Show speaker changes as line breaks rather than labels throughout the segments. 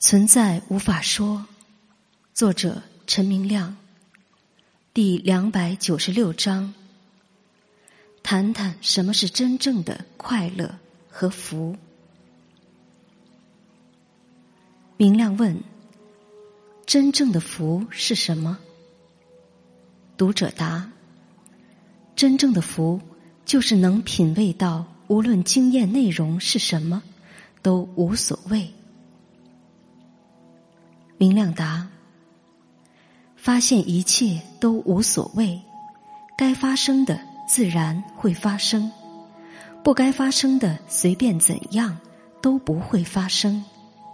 存在无法说，作者陈明亮，第296章。谈谈什么是真正的快乐和福。明亮问：真正的福是什么？读者答：真正的福就是能品味到无论经验内容是什么都无所谓。明亮答：发现一切都无所谓，该发生的自然会发生，不该发生的随便怎样都不会发生。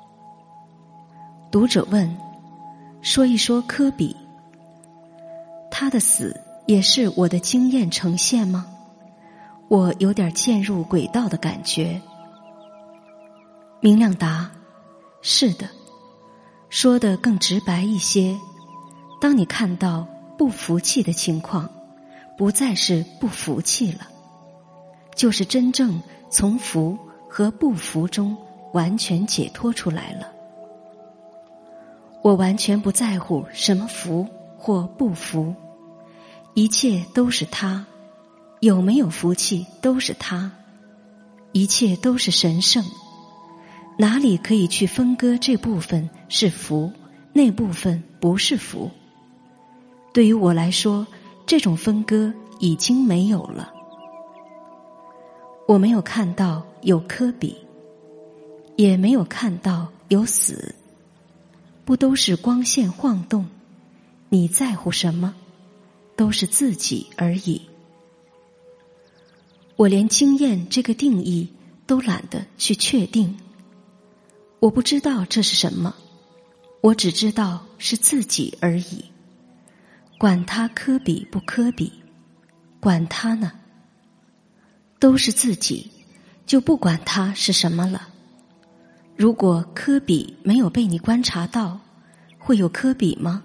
读者问：说一说科比，他的死也是我的经验呈现吗？我有点渐入轨道的感觉。明亮答：是的，说得更直白一些，当你看到不服气的情况，不再是不服气了，就是真正从服和不服中完全解脱出来了。我完全不在乎什么服或不服，一切都是他，有没有福气都是他，一切都是神圣，哪里可以去分割这部分是福，那部分不是福？对于我来说，这种分割已经没有了。我没有看到有科比，也没有看到有死，不都是光线晃动？你在乎什么？都是自己而已。我连经验这个定义都懒得去确定，我不知道这是什么，我只知道是自己而已。管他科比不科比，管他呢？都是自己，就不管他是什么了。如果科比没有被你观察到，会有科比吗？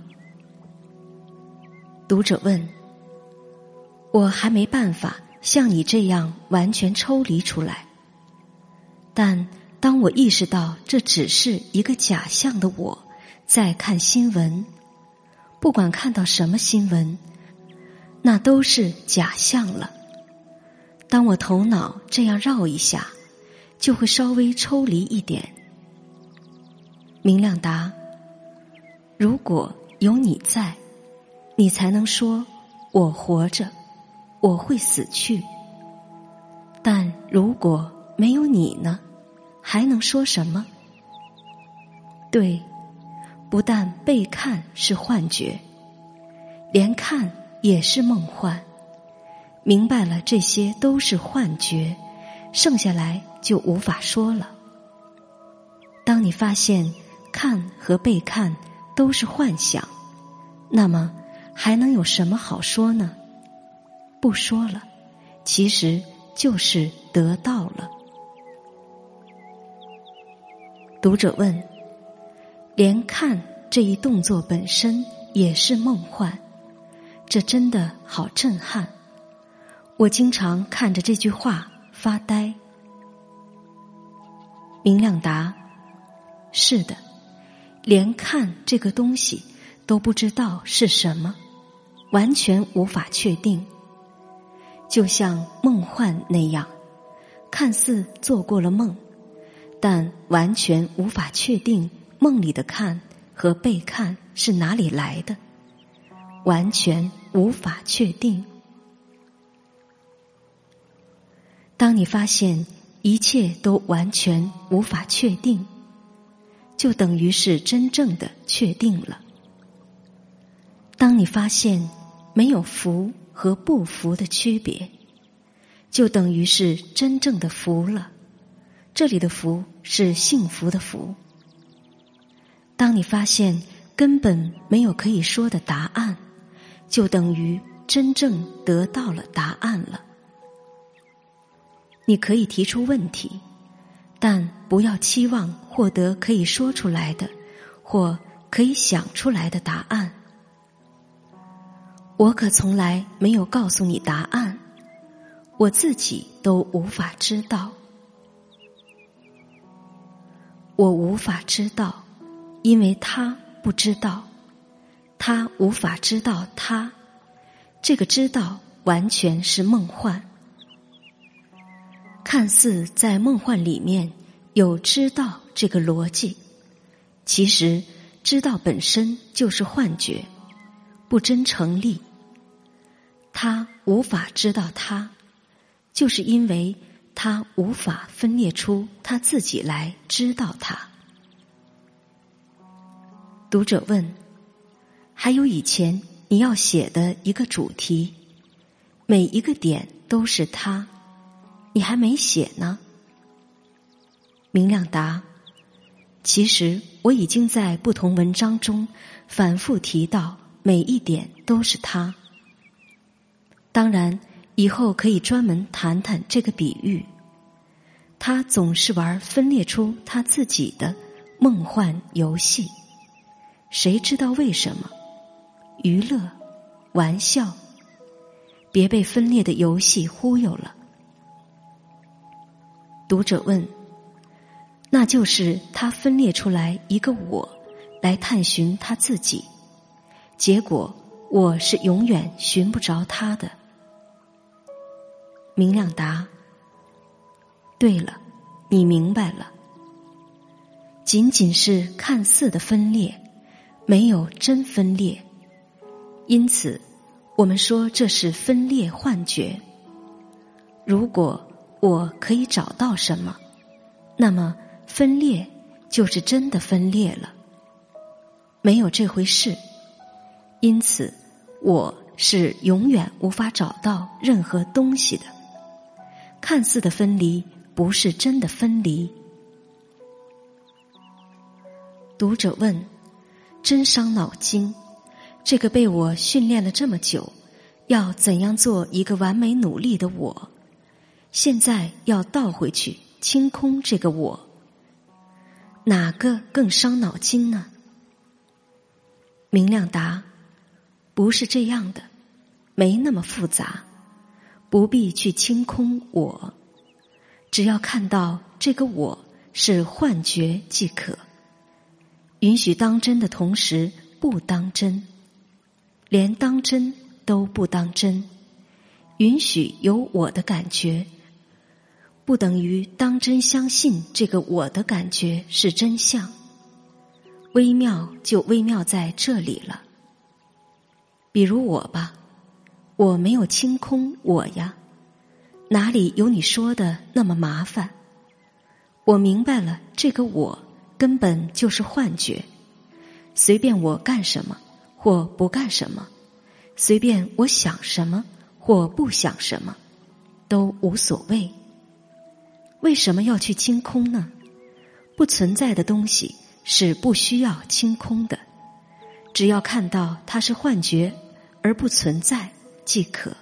读者问：我还没办法像你这样完全抽离出来，但当我意识到这只是一个假象的我在看新闻，不管看到什么新闻，那都是假象了。当我头脑这样绕一下，就会稍微抽离一点。明亮答：如果有你在，你才能说我活着，我会死去。但如果没有你呢，还能说什么？对，不但被看是幻觉，连看也是梦幻。明白了这些都是幻觉，剩下来就无法说了。当你发现看和被看都是幻想，那么还能有什么好说呢？不说了，其实就是得到了。读者问：连看这一动作本身也是梦幻，这真的好震撼。我经常看着这句话发呆。明亮答：是的，连看这个东西都不知道是什么，完全无法确定。就像梦幻那样，看似做过了梦，但完全无法确定梦里的看和被看是哪里来的，完全无法确定。当你发现一切都完全无法确定，就等于是真正的确定了。当你发现没有福和不福的区别，就等于是真正的福了。这里的福是幸福的福。当你发现根本没有可以说的答案，就等于真正得到了答案了。你可以提出问题，但不要期望获得可以说出来的或可以想出来的答案。我可从来没有告诉你答案，我自己都无法知道。我无法知道， 因为他不知道，他无法知道他，这个知道完全是梦幻。看似在梦幻里面有知道这个逻辑，其实知道本身就是幻觉，不真成立。他无法知道他，就是因为他无法分裂出他自己来知道他。读者问，还有以前你要写的一个主题，每一个点都是他，你还没写呢。明亮答，其实我已经在不同文章中反复提到每一点都是他。当然以后可以专门谈谈这个比喻。他总是玩分裂出他自己的梦幻游戏，谁知道为什么？娱乐，玩笑，别被分裂的游戏忽悠了。读者问，那就是他分裂出来一个我来探寻他自己，结果我是永远寻不着他的。明亮答，对了，你明白了，仅仅是看似的分裂，没有真分裂，因此我们说这是分裂幻觉。如果我可以找到什么，那么分裂就是真的分裂了，没有这回事。因此我是永远无法找到任何东西的。看似的分离不是真的分离。读者问，真伤脑筋，这个被我训练了这么久，要怎样做一个完美努力的我，现在要倒回去清空这个我，哪个更伤脑筋呢？明亮答，不是这样的，没那么复杂，不必去清空我，只要看到这个我是幻觉即可。允许当真的同时不当真，连当真都不当真。允许有我的感觉，不等于当真相信这个我的感觉是真相。微妙就微妙在这里了。比如我吧，我没有清空我呀，哪里有你说的那么麻烦？我明白了，这个我根本就是幻觉，随便我干什么或不干什么，随便我想什么或不想什么，都无所谓。为什么要去清空呢？不存在的东西是不需要清空的，只要看到它是幻觉而不存在即可。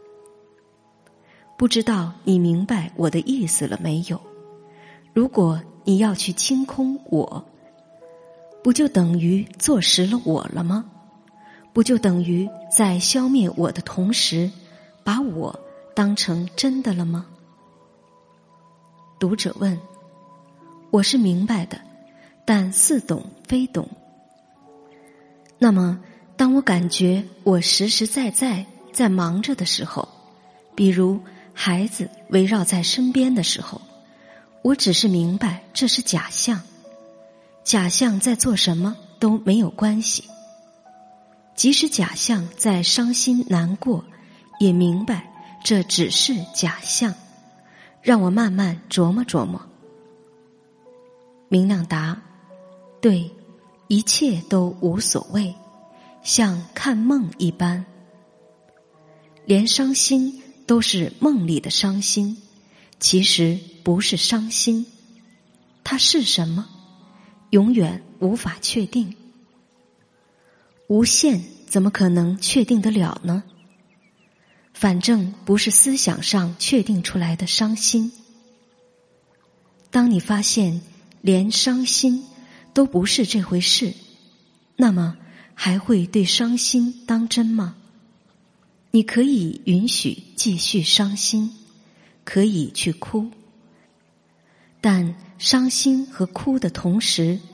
不知道你明白我的意思了没有？如果你要去清空我，不就等于坐实了我了吗？不就等于在消灭我的同时，把我当成真的了吗？读者问，我是明白的，但似懂非懂。那么当我感觉我实实在在在忙着的时候，比如孩子围绕在身边的时候，我只是明白这是假象，假象在做什么都没有关系。即使假象在伤心难过，也明白这只是假象，让我慢慢琢磨琢磨。明亮答，对，一切都无所谓，像看梦一般。连伤心都是梦里的伤心，其实不是伤心，它是什么？永远无法确定。无限怎么可能确定得了呢？反正不是思想上确定出来的伤心。当你发现连伤心都不是这回事，那么还会对伤心当真吗？你可以允许继续伤心，可以去哭，但伤心和哭的同时，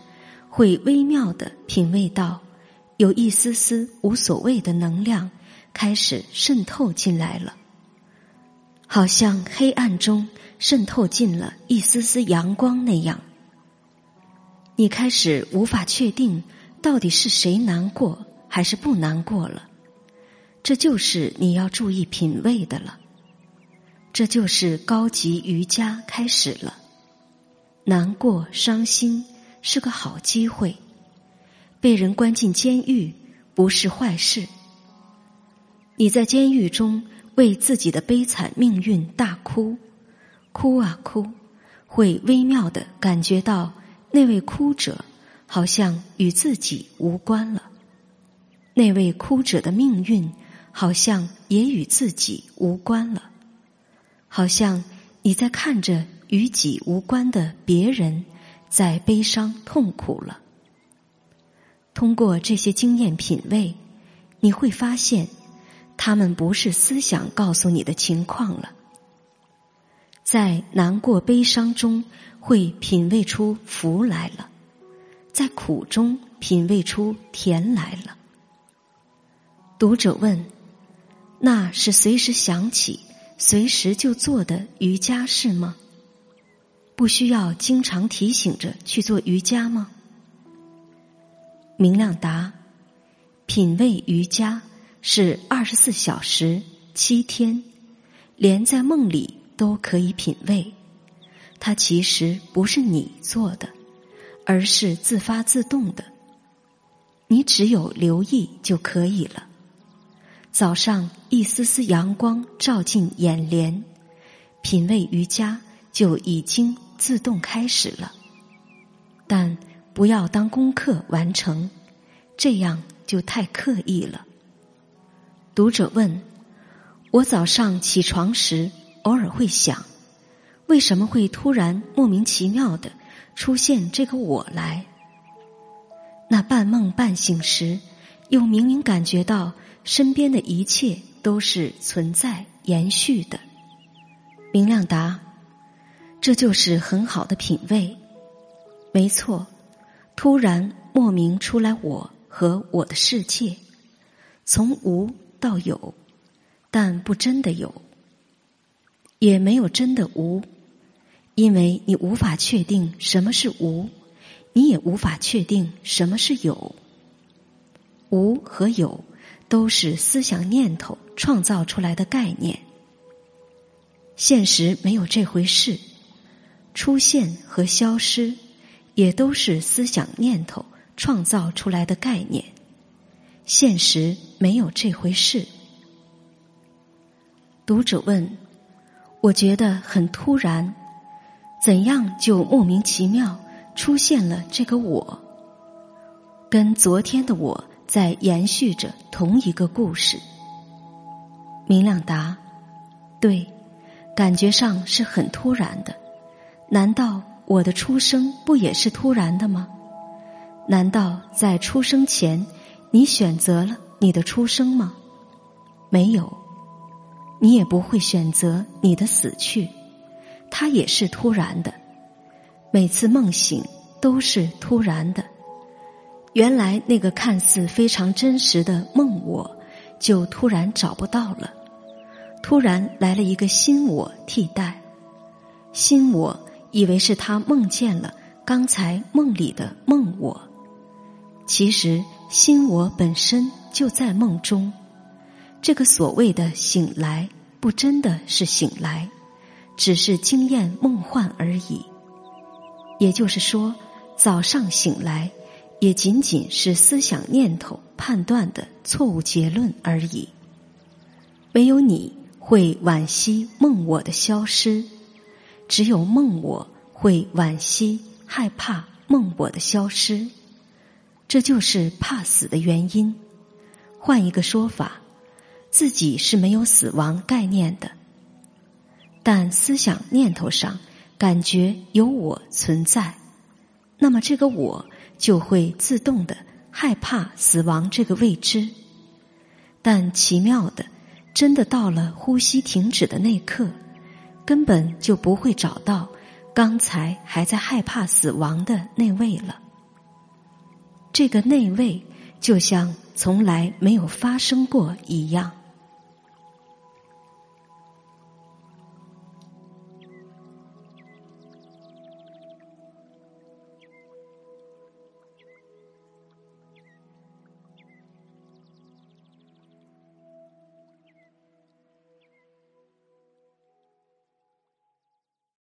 会微妙地品味到有一丝丝无所谓的能量开始渗透进来了，好像黑暗中渗透进了一丝丝阳光那样。你开始无法确定到底是谁难过还是不难过了，这就是你要注意品味的了。这就是高级瑜伽开始了。难过伤心是个好机会，被人关进监狱不是坏事。你在监狱中为自己的悲惨命运大哭，哭啊哭，会微妙地感觉到那位哭者好像与自己无关了，那位哭者的命运好像也与自己无关了，好像你在看着与己无关的别人在悲伤痛苦了。通过这些经验品味，你会发现他们不是思想告诉你的情况了。在难过悲伤中会品味出福来了，在苦中品味出甜来了。读者问，那是随时想起随时就做的瑜伽是吗？不需要经常提醒着去做瑜伽吗？明亮答，品味瑜伽是24小时7天，连在梦里都可以品味。它其实不是你做的，而是自发自动的，你只有留意就可以了。早上一丝丝阳光照进眼帘，品味瑜伽就已经自动开始了。但不要当功课完成，这样就太刻意了。读者问，我早上起床时偶尔会想，为什么会突然莫名其妙地出现这个我来？那半梦半醒时，又明明感觉到身边的一切都是存在延续的。明亮答，这就是很好的品味。没错，突然莫名出来我和我的世界，从无到有，但不真的有，也没有真的无，因为你无法确定什么是无，你也无法确定什么是有。无和有都是思想念头创造出来的概念，现实没有这回事，出现和消失也都是思想念头创造出来的概念，现实没有这回事。读者问，我觉得很突然，怎样就莫名其妙出现了这个我？跟昨天的我在延续着同一个故事。明亮答，对，感觉上是很突然的。难道我的出生不也是突然的吗？难道在出生前你选择了你的出生吗？没有，你也不会选择你的死去，它也是突然的。每次梦醒都是突然的，原来那个看似非常真实的梦我就突然找不到了，突然来了一个新我替代。新我以为是他梦见了刚才梦里的梦我，其实新我本身就在梦中。这个所谓的醒来不真的是醒来，只是经验梦幻而已。也就是说，早上醒来也仅仅是思想念头判断的错误结论而已。没有你会惋惜梦我的消失，只有梦我会惋惜害怕梦我的消失，这就是怕死的原因。换一个说法，自己是没有死亡概念的，但思想念头上感觉有我存在，那么这个我就会自动的害怕死亡这个未知。但奇妙的，真的到了呼吸停止的那刻，根本就不会找到刚才还在害怕死亡的那位了。 这个内位就像从来没有发生过一样。